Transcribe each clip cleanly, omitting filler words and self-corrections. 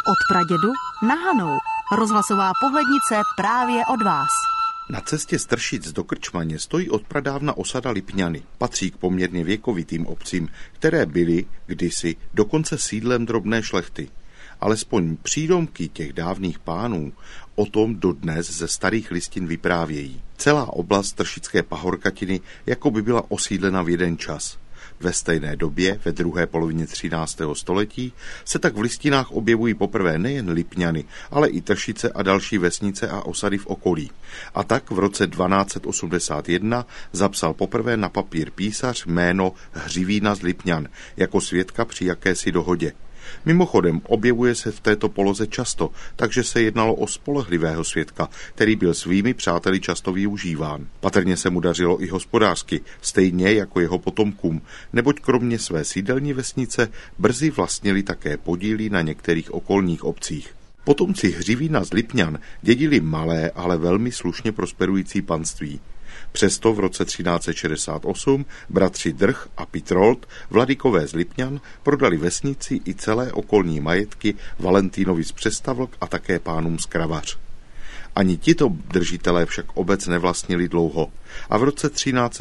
Od pradědu na Hanou. Rozhlasová pohlednice právě od vás. Na cestě z Tršic do Krčmaně stojí odpradávna osada Lipňany. Patří k poměrně věkovitým obcím, které byly kdysi dokonce sídlem drobné šlechty. Alespoň přídomky těch dávných pánů o tom dodnes ze starých listin vyprávějí. Celá oblast Tršické pahorkatiny jako by byla osídlena v jeden čas. Ve stejné době, ve druhé polovině 13. století, se tak v listinách objevují poprvé nejen Lipňany, ale i Tršice a další vesnice a osady v okolí. A tak v roce 1281 zapsal poprvé na papír písař jméno Hřivína z Lipňan jako svědka při jakési dohodě. Mimochodem objevuje se v této poloze často, takže se jednalo o spolehlivého svědka, který byl svými přáteli často využíván. Patrně se mu dařilo i hospodářsky, stejně jako jeho potomkům, neboť kromě své sídelní vesnice brzy vlastnili také podíly na některých okolních obcích. Potomci Hřivína z Lipňan dědili malé, ale velmi slušně prosperující panství. Přesto v roce 1368 bratři Drch a Pitrold, vladykové z Lipňan, prodali vesnici i celé okolní majetky Valentínovi z Přestavlk a také pánům z Kravař. Ani tito držitelé však obec nevlastnili dlouho a v roce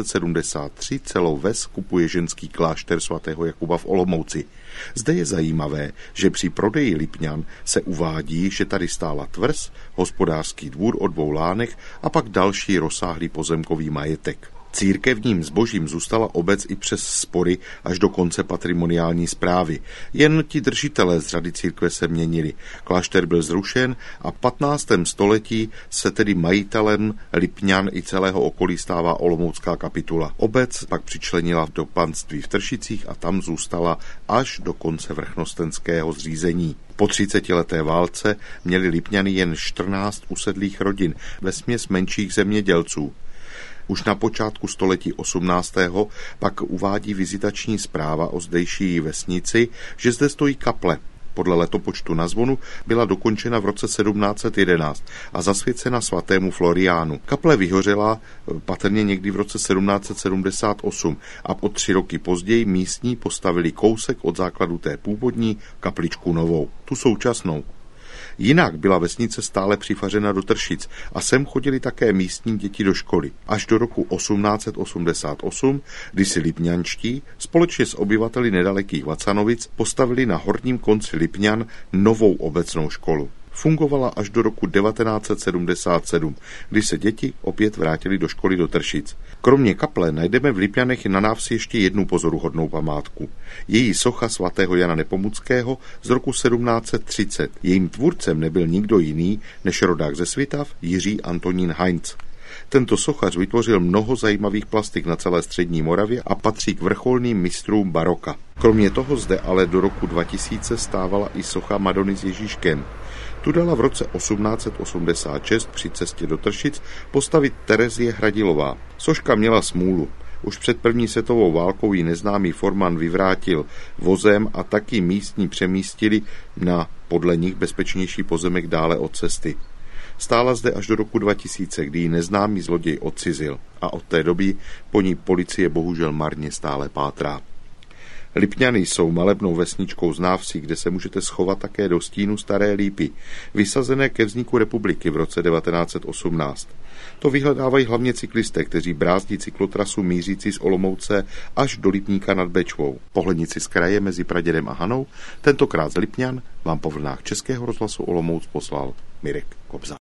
1373 celou ves kupuje ženský klášter svatého Jakuba v Olomouci. Zde je zajímavé, že při prodeji Lipňan se uvádí, že tady stála tvrz, hospodářský dvůr o 2 lánech a pak další rozsáhlý pozemkový majetek. Církevním zbožím zůstala obec i přes spory až do konce patrimoniální správy. Jen ti držitelé z řady církve se měnili. Klášter byl zrušen a v 15. století se tedy majitelem Lipňan i celého okolí stává olomoucká kapitula. Obec pak přičlenila do panství v Tršicích a tam zůstala až do konce vrchnostenského zřízení. Po 30leté válce měli Lipňany jen 14 usedlých rodin, vesměs menších zemědělců. Už na počátku století 18. pak uvádí vizitační zpráva o zdejší vesnici, že zde stojí kaple. Podle letopočtu na zvonu byla dokončena v roce 1711 a zasvěcena svatému Floriánu. Kaple vyhořela patrně někdy v roce 1778 a o 3 roky později místní postavili kousek od základu té původní kapličku novou, tu současnou. Jinak byla vesnice stále přifařena do Tršic a sem chodili také místní děti do školy. Až do roku 1888, kdy si Lipňanští společně s obyvateli nedalekých Vacanovic postavili na horním konci Lipňan novou obecnou školu. Fungovala až do roku 1977, kdy se děti opět vrátili do školy do Tršic. Kromě kaple najdeme v Lipňanech na návsi ještě jednu pozoruhodnou památku. Její socha svatého Jana Nepomuckého z roku 1730. Jejím tvůrcem nebyl nikdo jiný než rodák ze Svitav Jiří Antonín Heinz. Tento sochař vytvořil mnoho zajímavých plastik na celé střední Moravě a patří k vrcholným mistrům baroka. Kromě toho zde ale do roku 2000 stávala i socha Madony s Ježíškem. Tu dala v roce 1886 při cestě do Tršic postavit Terezie Hradilová. Soška měla smůlu. Už před první světovou válkou ji neznámý forman vyvrátil vozem a taky místní přemístili na podle nich bezpečnější pozemek dále od cesty. Stála zde až do roku 2000, kdy ji neznámý zloděj odcizil a od té doby po ní policie bohužel marně stále pátrá. Lipňany jsou malebnou vesničkou z návsi, kde se můžete schovat také do stínu Staré Lípy, vysazené ke vzniku republiky v roce 1918. To vyhledávají hlavně cyklisté, kteří brázdí cyklotrasu mířící z Olomouce až do Lipníka nad Bečvou. Pohlednici z kraje mezi Pradědem a Hanou, tentokrát z Lipňan, vám po vlnách Českého rozhlasu Olomouc poslal Mirek Kobza.